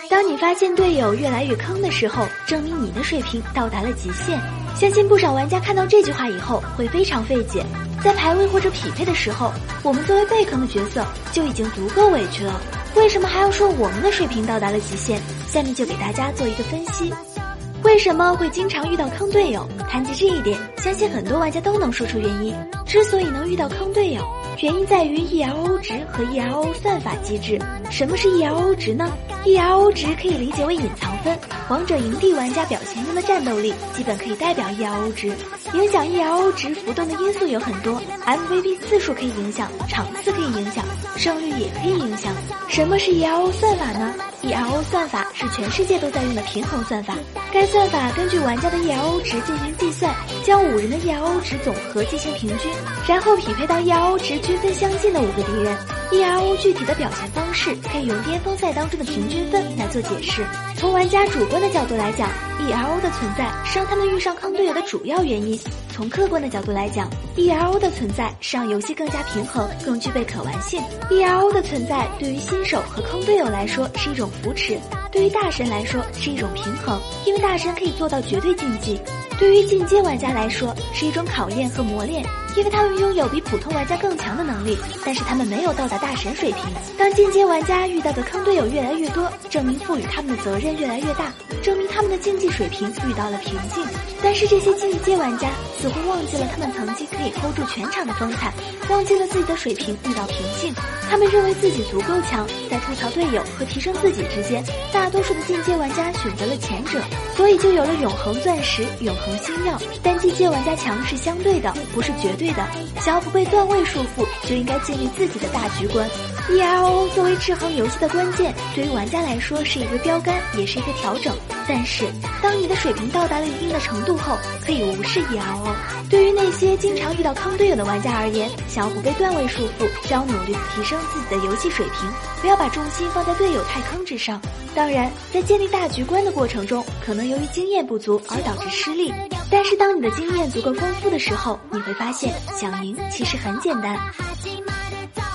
当你发现队友越来越坑的时候，证明你的水平到达了极限。相信不少玩家看到这句话以后会非常费解，在排位或者匹配的时候，我们作为被坑的角色就已经足够委屈了，为什么还要说我们的水平到达了极限？下面就给大家做一个分析。为什么会经常遇到坑队友？谈及这一点，相信很多玩家都能说出原因。之所以能遇到坑队友，原因在于 ELO 值和 ELO 算法机制。什么是 ELO 值呢？ ELO 值可以理解为隐藏分，王者营地玩家表现中的战斗力基本可以代表 ELO 值。影响 ELO 值浮动的因素有很多， MVP 次数可以影响，场次可以影响，胜率也可以影响。什么是 ELO 算法呢？ ELO 算法是全世界都在用的平衡算法，该算法根据玩家的 ELO 值进行计算，将5人的 ELO 值总和进行平均，然后匹配到 ELO 值均分相近的5个敌人。ELO 具体的表现方式可以用巅峰赛当中的平均分来做解释。从玩家主观的角度来讲， ELO 的存在是让他们遇上坑队友的主要原因。从客观的角度来讲， ELO 的存在是让游戏更加平衡，更具备可玩性。 ELO 的存在对于新手和坑队友来说是一种扶持，对于大神来说是一种平衡，因为大神可以做到绝对竞技。对于进阶玩家来说是一种考验和磨练，因为他们拥有比普通玩家更强的能力，但是他们没有到达大神水平。当进阶玩家遇到的坑队友越来越多，证明赋予他们的责任越来越大，证明他们的竞技水平遇到了瓶颈。但是这些进阶玩家似乎忘记了他们曾经可以 hold 住全场的风采，忘记了自己的水平遇到瓶颈。他们认为自己足够强，在吐槽队友和提升自己之间，大多数的进阶玩家选择了前者，所以就有了永恒钻石、永恒星耀。但进阶玩家强是相对的，不是绝对的。想要不被段位束缚，就应该建立自己的大局观。ELO 作为制衡游戏的关键，对于玩家来说是一个标杆，也是一个调整。但是当你的水平到达了一定的程度后，可以无视 ELO。 对于那些经常遇到坑队友的玩家而言，想要不被段位束缚，就要努力地提升自己的游戏水平，不要把重心放在队友太坑之上。当然，在建立大局观的过程中，可能由于经验不足而导致失利，但是当你的经验足够丰富的时候，你会发现想赢其实很简单。